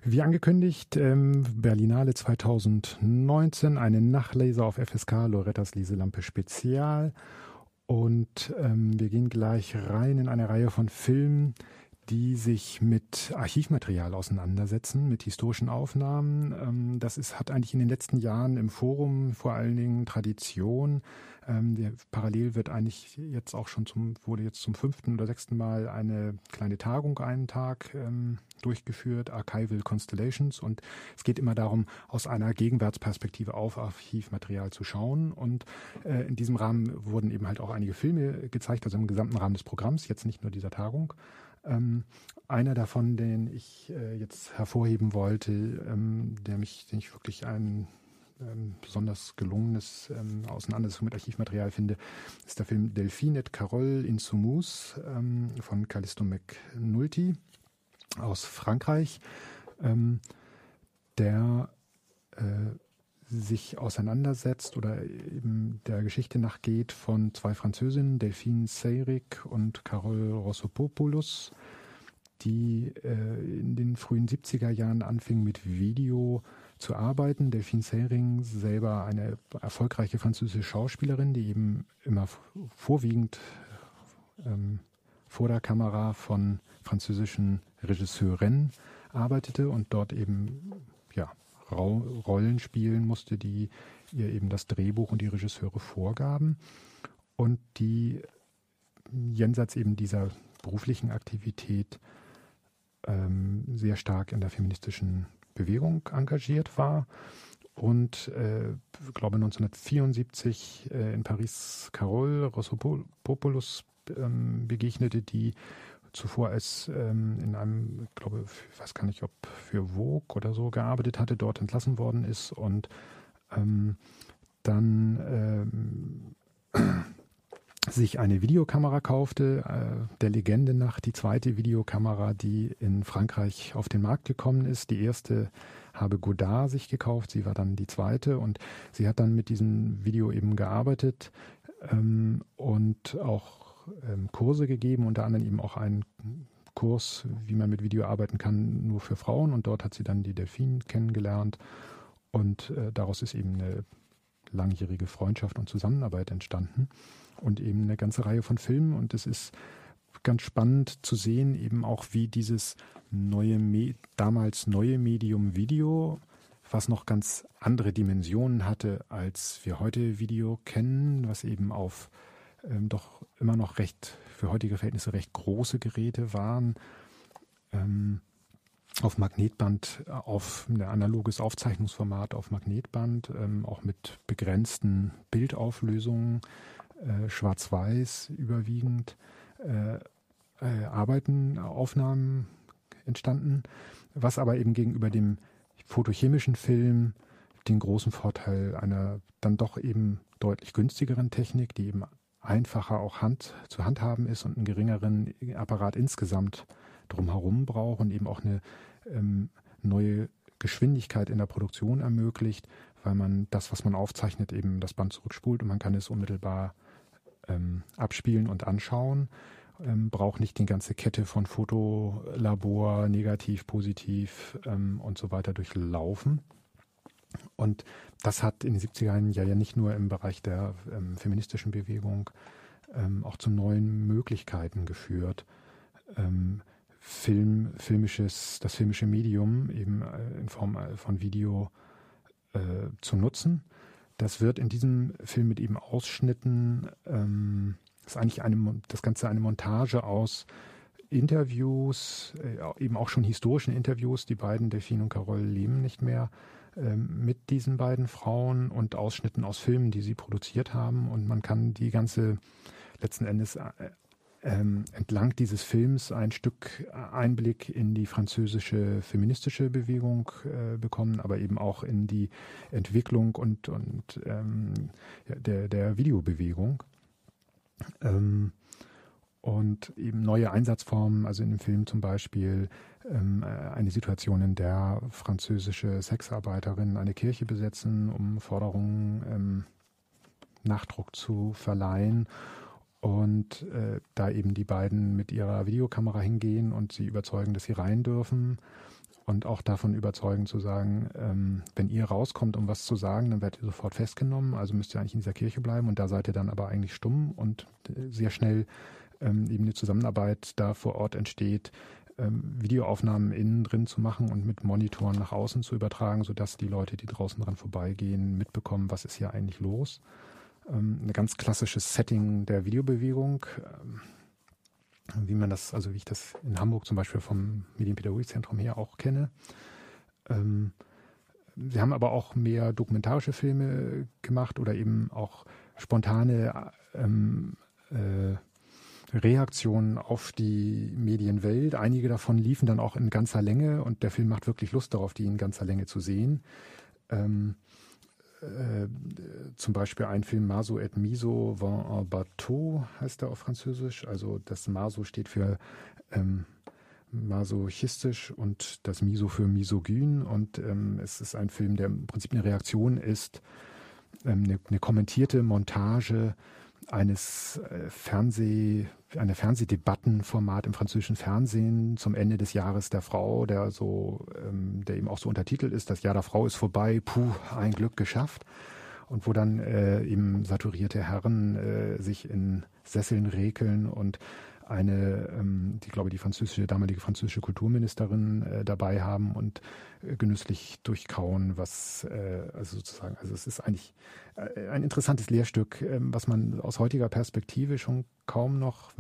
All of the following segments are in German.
Wie angekündigt, Berlinale 2019, eine Nachtlese auf FSK, Lorettas Leselampe Spezial. Und wir gehen gleich rein in eine Reihe von Filmen, die sich mit Archivmaterial auseinandersetzen, mit historischen Aufnahmen. Hat eigentlich in den letzten Jahren im Forum vor allen Dingen Tradition. Parallel wird eigentlich jetzt auch wurde jetzt zum 5. oder 6. Mal eine kleine Tagung einen Tag durchgeführt, Archival Constellations. Und es geht immer darum, aus einer Gegenwartsperspektive auf Archivmaterial zu schauen. Und in diesem Rahmen wurden eben halt auch einige Filme gezeigt, also im gesamten Rahmen des Programms, jetzt nicht nur dieser Tagung. Einer davon, den ich jetzt hervorheben wollte, den ich wirklich ein besonders gelungenes Auseinandersetzung mit Archivmaterial finde, ist der Film Delphine et Carole in Soumous von Callisto McNulty aus Frankreich, der sich auseinandersetzt oder eben der Geschichte nachgeht von zwei Französinnen, Delphine Seyrig und Carole Rossopoulos, die in den frühen 70er Jahren anfingen mit Video zu arbeiten. Delphine Seyrig selber eine erfolgreiche französische Schauspielerin, die eben immer vorwiegend vor der Kamera von französischen Regisseurinnen arbeitete und dort eben Rollen spielen musste, die ihr eben das Drehbuch und die Regisseure vorgaben und die jenseits eben dieser beruflichen Aktivität sehr stark in der feministischen Bewegung engagiert war und glaube 1974 in Paris Carole Rossopoulos begegnete, die zuvor als in einem, ich weiß gar nicht, ob für Vogue oder so gearbeitet hatte, dort entlassen worden ist und dann sich eine Videokamera kaufte, der Legende nach die zweite Videokamera, die in Frankreich auf den Markt gekommen ist. Die erste habe Godard sich gekauft, sie war dann die zweite und sie hat dann mit diesem Video eben gearbeitet und auch Kurse gegeben, unter anderem eben auch einen Kurs, wie man mit Video arbeiten kann, nur für Frauen und dort hat sie dann die Delphine kennengelernt und daraus ist eben eine langjährige Freundschaft und Zusammenarbeit entstanden und eben eine ganze Reihe von Filmen und es ist ganz spannend zu sehen, eben auch wie dieses damals neue Medium Video, was noch ganz andere Dimensionen hatte, als wir heute Video kennen, was eben auf doch immer noch für heutige Verhältnisse recht große Geräte waren, auf Magnetband, auf ein analoges Aufzeichnungsformat auf Magnetband, auch mit begrenzten Bildauflösungen, schwarz-weiß überwiegend, Aufnahmen entstanden, was aber eben gegenüber dem photochemischen Film den großen Vorteil einer dann doch eben deutlich günstigeren Technik, die eben einfacher auch zu handhaben ist und einen geringeren Apparat insgesamt drumherum braucht und eben auch eine neue Geschwindigkeit in der Produktion ermöglicht, weil man das, was man aufzeichnet, eben das Band zurückspult und man kann es unmittelbar abspielen und anschauen. Braucht nicht die ganze Kette von Fotolabor, negativ, positiv und so weiter durchlaufen. Und das hat in den 70er Jahren ja nicht nur im Bereich der feministischen Bewegung auch zu neuen Möglichkeiten geführt, das filmische Medium eben in Form von Video zu nutzen. Das wird in diesem Film mit eben Ausschnitten, ist eigentlich das Ganze eine Montage aus Interviews, eben auch schon historischen Interviews. Die beiden, Delphine und Carole, leben nicht mehr, mit diesen beiden Frauen und Ausschnitten aus Filmen, die sie produziert haben. Und man kann die ganze, letzten Endes entlang dieses Films ein Stück Einblick in die französische feministische Bewegung bekommen, aber eben auch in die Entwicklung und der Videobewegung. Und eben neue Einsatzformen, also in dem Film zum Beispiel eine Situation, in der französische Sexarbeiterinnen eine Kirche besetzen, um Forderungen Nachdruck zu verleihen. Und da eben die beiden mit ihrer Videokamera hingehen und sie überzeugen, dass sie rein dürfen. und auch davon überzeugen zu sagen, wenn ihr rauskommt, um was zu sagen, dann werdet ihr sofort festgenommen, also müsst ihr eigentlich in dieser Kirche bleiben und da seid ihr dann aber eigentlich stumm und sehr schnell eben eine Zusammenarbeit da vor Ort entsteht, Videoaufnahmen innen drin zu machen und mit Monitoren nach außen zu übertragen, sodass die Leute, die draußen dran vorbeigehen, mitbekommen, was ist hier eigentlich los. Ein ganz klassisches Setting der Videobewegung, wie ich das in Hamburg zum Beispiel vom Medienpädagogikzentrum her auch kenne. Wir haben aber auch mehr dokumentarische Filme gemacht oder eben auch spontane Reaktionen auf die Medienwelt. Einige davon liefen dann auch in ganzer Länge und der Film macht wirklich Lust darauf, die in ganzer Länge zu sehen. Zum Beispiel ein Film Maso et Miso vent en bateau heißt er auf Französisch. Also das Maso steht für masochistisch und das Miso für misogyn. Und es ist ein Film, der im Prinzip eine Reaktion ist, eine kommentierte Montage eines Fernsehdebattenformat im französischen Fernsehen zum Ende des Jahres der Frau, der eben auch so untertitelt ist, das Jahr der Frau ist vorbei, puh, ein Glück geschafft. Und wo dann eben saturierte Herren sich in Sesseln räkeln und die damalige französische Kulturministerin dabei haben und genüsslich durchkauen, es ist eigentlich ein interessantes Lehrstück, was man aus heutiger Perspektive schon kaum noch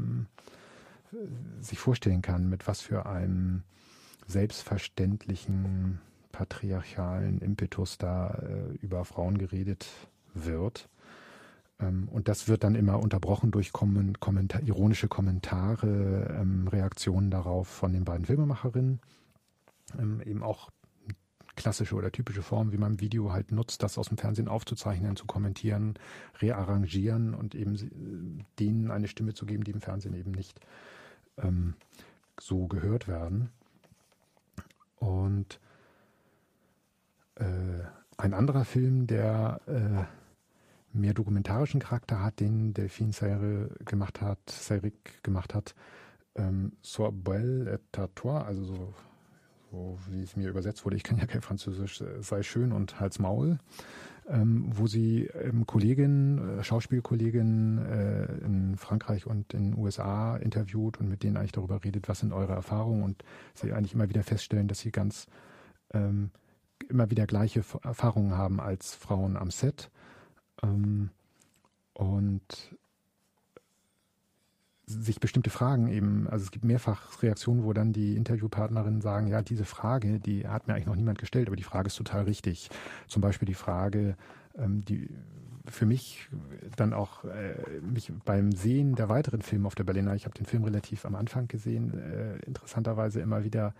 sich vorstellen kann, mit was für einem selbstverständlichen patriarchalen Impetus da über Frauen geredet wird. Und das wird dann immer unterbrochen durch ironische Kommentare, Reaktionen darauf von den beiden Filmemacherinnen. Eben auch klassische oder typische Formen, wie man ein Video halt nutzt, das aus dem Fernsehen aufzuzeichnen, zu kommentieren, rearrangieren und eben denen eine Stimme zu geben, die im Fernsehen eben nicht so gehört werden. Und ein anderer Film, der mehr dokumentarischen Charakter hat, den Delphine Seyrig gemacht hat, Sois belle et tais-toi, also so wie es mir übersetzt wurde, ich kann ja kein Französisch, sei schön und halt's Maul, wo sie Schauspielkolleginnen in Frankreich und in den USA interviewt und mit denen eigentlich darüber redet, was sind eure Erfahrungen, und sie eigentlich immer wieder feststellen, dass sie ganz immer wieder gleiche Erfahrungen haben als Frauen am Set. Und sich bestimmte Fragen eben, also es gibt mehrfach Reaktionen, wo dann die Interviewpartnerinnen sagen, ja, diese Frage, die hat mir eigentlich noch niemand gestellt, aber die Frage ist total richtig. Zum Beispiel die Frage, die für mich dann auch mich beim Sehen der weiteren Filme auf der Berlinale, ich habe den Film relativ am Anfang gesehen, interessanterweise immer wieder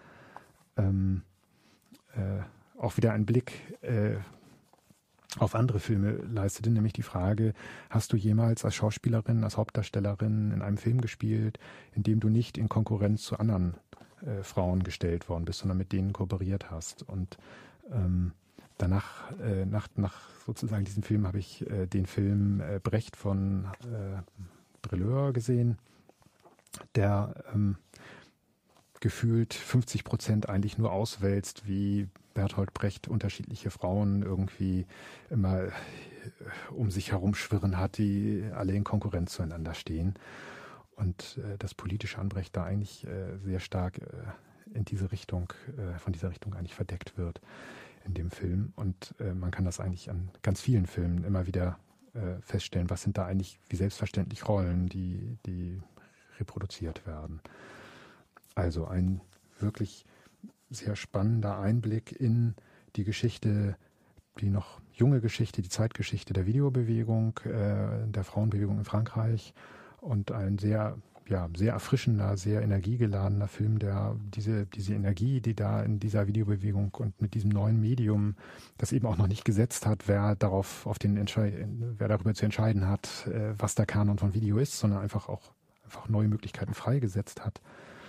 auch wieder einen Blick auf andere Filme leistete, nämlich die Frage, hast du jemals als Schauspielerin, als Hauptdarstellerin in einem Film gespielt, in dem du nicht in Konkurrenz zu anderen Frauen gestellt worden bist, sondern mit denen kooperiert hast? Und danach, nach sozusagen diesem Film, habe ich den Film Brecht von Breleur gesehen, der gefühlt 50% eigentlich nur auswälzt, wie Bertolt Brecht unterschiedliche Frauen irgendwie immer um sich herum schwirren hat, die alle in Konkurrenz zueinander stehen. Und das Politische an Brecht da eigentlich sehr stark in diese Richtung, von dieser Richtung eigentlich verdeckt wird in dem Film. Und man kann das eigentlich an ganz vielen Filmen immer wieder feststellen, was sind da eigentlich wie selbstverständlich Rollen, die reproduziert werden. Also ein wirklich sehr spannender Einblick in die Geschichte, die noch junge Geschichte, die Zeitgeschichte der Videobewegung, der Frauenbewegung in Frankreich, und ein sehr erfrischender, sehr energiegeladener Film, der diese Energie, die da in dieser Videobewegung und mit diesem neuen Medium, das eben auch noch nicht gesetzt hat, wer darüber zu entscheiden hat, was der Kanon von Video ist, sondern einfach neue Möglichkeiten freigesetzt hat,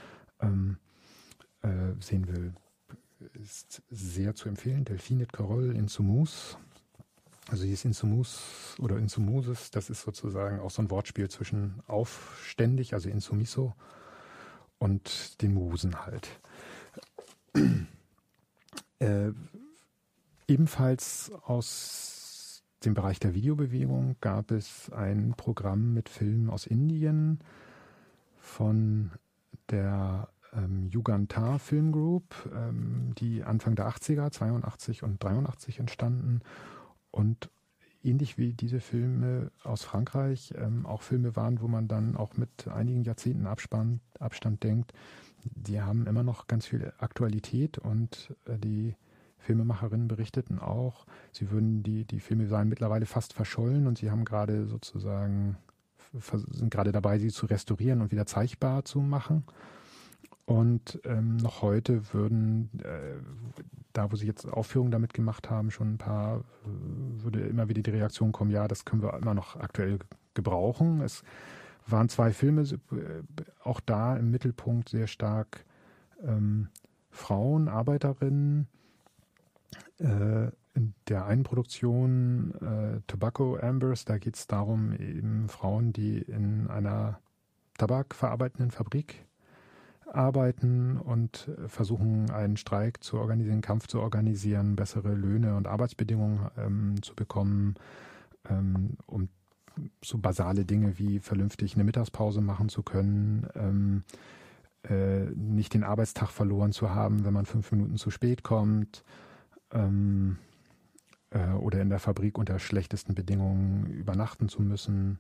sehen will, ist sehr zu empfehlen. Delphine et Carole Insoumus. Also hier ist Insoumus oder Insoumosis, das ist sozusagen auch so ein Wortspiel zwischen aufständig, also Insoumiso, und den Musen halt. Ebenfalls aus dem Bereich der Videobewegung gab es ein Programm mit Filmen aus Indien von der Yugandhar Film Group, die Anfang der 80er, 82 und 83 entstanden und ähnlich wie diese Filme aus Frankreich auch Filme waren, wo man dann auch mit einigen Jahrzehnten Abstand denkt, die haben immer noch ganz viel Aktualität und die Filmemacherinnen berichteten auch, sie würden die Filme seien mittlerweile fast verschollen und sie haben gerade sozusagen, sind gerade dabei, sie zu restaurieren und wieder zeigbar zu machen. Und noch heute würden, da wo sie jetzt Aufführungen damit gemacht haben, schon ein paar, würde immer wieder die Reaktion kommen, ja, das können wir immer noch aktuell gebrauchen. Es waren 2 Filme, auch da im Mittelpunkt sehr stark Frauen, Arbeiterinnen. In der einen Produktion Tobacco Ambers, da geht es darum, eben Frauen, die in einer tabakverarbeitenden Fabrik arbeiten und versuchen, einen Streik zu organisieren, einen Kampf zu organisieren, bessere Löhne und Arbeitsbedingungen zu bekommen, um so basale Dinge wie vernünftig eine Mittagspause machen zu können, nicht den Arbeitstag verloren zu haben, wenn man 5 Minuten zu spät kommt, oder in der Fabrik unter schlechtesten Bedingungen übernachten zu müssen.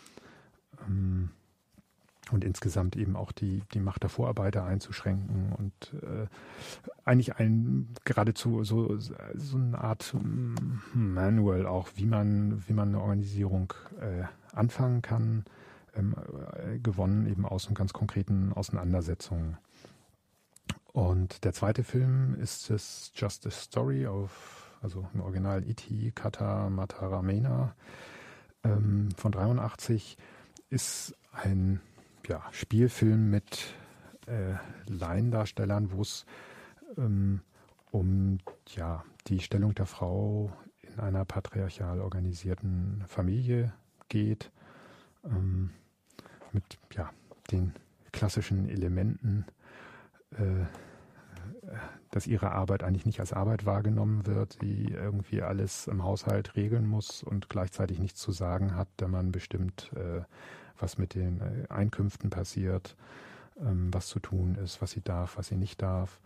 Und insgesamt eben auch die Macht der Vorarbeiter einzuschränken und eigentlich geradezu so eine Art Manual auch, wie man eine Organisierung anfangen kann, gewonnen eben aus ganz konkreten Auseinandersetzungen. Und der zweite Film ist es Just a Story also im Original Iti Kata Mataramena von 83, ist ein Spielfilm mit Laiendarstellern, wo es um die Stellung der Frau in einer patriarchal organisierten Familie geht, mit den klassischen Elementen, dass ihre Arbeit eigentlich nicht als Arbeit wahrgenommen wird, sie irgendwie alles im Haushalt regeln muss und gleichzeitig nichts zu sagen hat, wenn man bestimmt, was mit den Einkünften passiert, was zu tun ist, was sie darf, was sie nicht darf.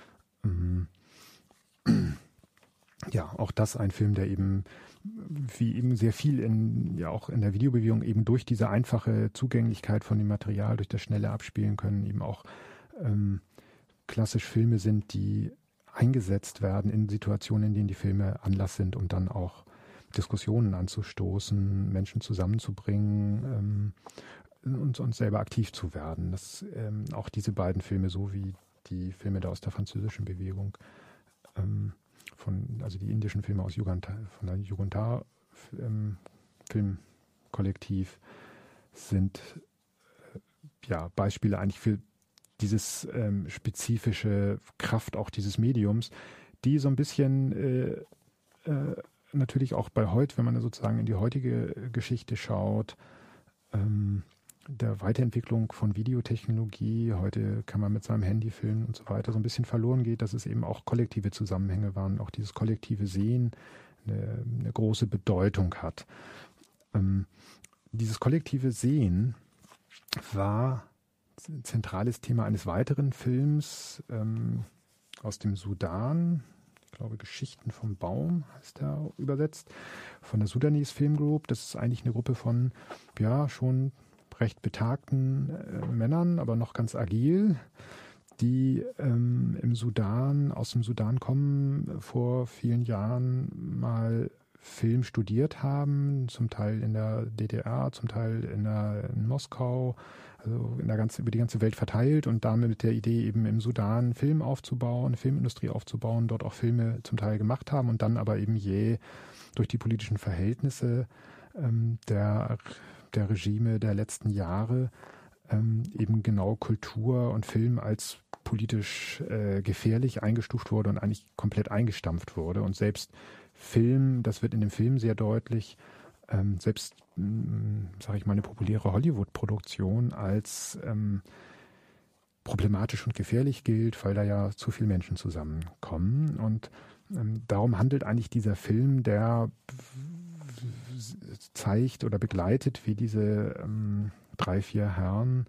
Ja, auch das ein Film, der eben, wie eben sehr viel auch in der Videobewegung eben durch diese einfache Zugänglichkeit von dem Material, durch das schnelle Abspielen können, eben auch klassisch Filme sind, die eingesetzt werden in Situationen, in denen die Filme Anlass sind, um dann auch Diskussionen anzustoßen, Menschen zusammenzubringen und selber aktiv zu werden. Auch diese beiden Filme, so wie die Filme da aus der französischen Bewegung, also die indischen Filme aus von der Yugandhar Filmkollektiv, sind Beispiele eigentlich für dieses spezifische Kraft auch dieses Mediums, die so ein bisschen natürlich auch bei heute, wenn man sozusagen in die heutige Geschichte schaut, der Weiterentwicklung von Videotechnologie, heute kann man mit seinem Handy filmen und so weiter, so ein bisschen verloren geht, dass es eben auch kollektive Zusammenhänge waren, auch dieses kollektive Sehen eine große Bedeutung hat. Dieses kollektive Sehen war zentrales Thema eines weiteren Films aus dem Sudan, ich glaube Geschichten vom Baum heißt er übersetzt, von der Sudanese Film Group. Das ist eigentlich eine Gruppe von schon recht betagten Männern, aber noch ganz agil, die aus dem Sudan kommen, vor vielen Jahren mal Film studiert haben, zum Teil in der DDR, zum Teil in Moskau, also über die ganze Welt verteilt und damit mit der Idee eben im Sudan Film aufzubauen, eine Filmindustrie aufzubauen, dort auch Filme zum Teil gemacht haben und dann aber eben durch die politischen Verhältnisse der Regime der letzten Jahre eben genau Kultur und Film als politisch gefährlich eingestuft wurde und eigentlich komplett eingestampft wurde. Und selbst Film, das wird in dem Film sehr deutlich, selbst, sage ich mal, eine populäre Hollywood-Produktion als problematisch und gefährlich gilt, weil da ja zu viele Menschen zusammenkommen. Und darum handelt eigentlich dieser Film, der zeigt oder begleitet, wie diese 3, 4 Herren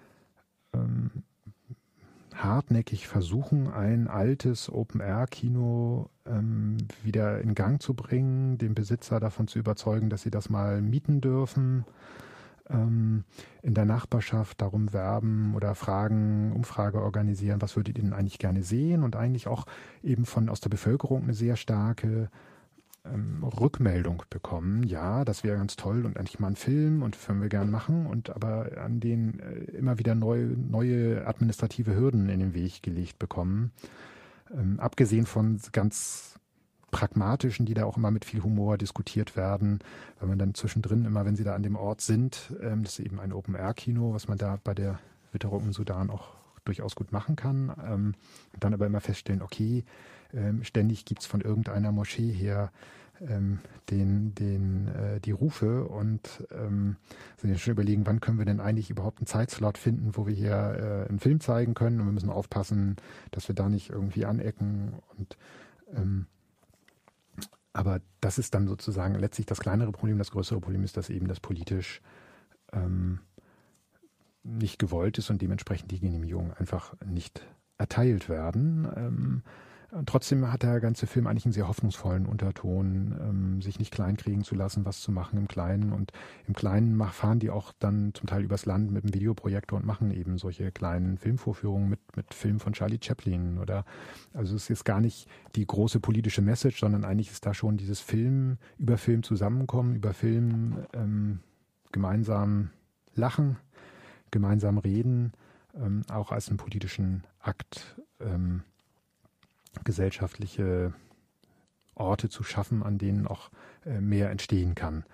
hartnäckig versuchen, ein altes Open-Air-Kino wieder in Gang zu bringen, den Besitzer davon zu überzeugen, dass sie das mal mieten dürfen, in der Nachbarschaft darum werben oder fragen, Umfrage organisieren, was würdet ihr denn eigentlich gerne sehen, und eigentlich auch eben aus der Bevölkerung eine sehr starke Rückmeldung bekommen. Ja, das wäre ganz toll und endlich mal ein Film und würden wir gern machen, und aber an denen immer wieder neue administrative Hürden in den Weg gelegt bekommen. Abgesehen von ganz pragmatischen, die da auch immer mit viel Humor diskutiert werden, weil man dann zwischendrin immer, wenn sie da an dem Ort sind, das ist eben ein Open-Air-Kino, was man da bei der Witterung im Sudan auch durchaus gut machen kann, dann aber immer feststellen, okay, ständig gibt es von irgendeiner Moschee her die Rufe, und sind ja schon überlegen, wann können wir denn eigentlich überhaupt einen Zeitslot finden, wo wir hier einen Film zeigen können, und wir müssen aufpassen, dass wir da nicht irgendwie anecken, und aber das ist dann sozusagen letztlich das kleinere Problem. Das größere Problem ist, dass eben das politisch nicht gewollt ist und dementsprechend die Genehmigungen einfach nicht erteilt werden. Trotzdem hat der ganze Film eigentlich einen sehr hoffnungsvollen Unterton, sich nicht kleinkriegen zu lassen, was zu machen im Kleinen. Und im Kleinen fahren die auch dann zum Teil übers Land mit dem Videoprojektor und machen eben solche kleinen Filmvorführungen mit Filmen von Charlie Chaplin. Also es ist gar nicht die große politische Message, sondern eigentlich ist da schon dieses über Film zusammenkommen, über Film gemeinsam lachen, gemeinsam reden, auch als einen politischen Akt, gesellschaftliche Orte zu schaffen, an denen auch mehr entstehen kann.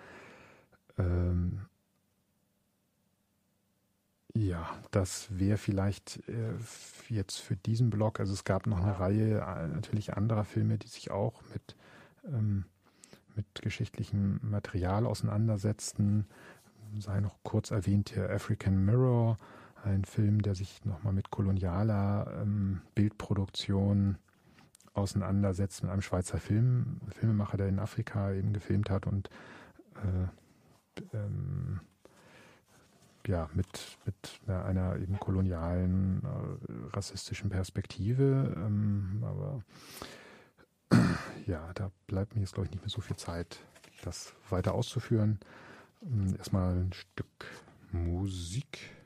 Ja, das wäre vielleicht jetzt für diesen Blog. Also es gab noch eine Reihe natürlich anderer Filme, die sich auch mit geschichtlichem Material auseinandersetzten. Sei noch kurz erwähnt hier African Mirror, ein Film, der sich nochmal mit kolonialer Bildproduktion auseinandersetzt, mit einem Schweizer Filmemacher, der in Afrika eben gefilmt hat und mit einer eben kolonialen, rassistischen Perspektive. Aber ja, da bleibt mir jetzt, glaube ich, nicht mehr so viel Zeit, das weiter auszuführen. Erstmal ein Stück Musik.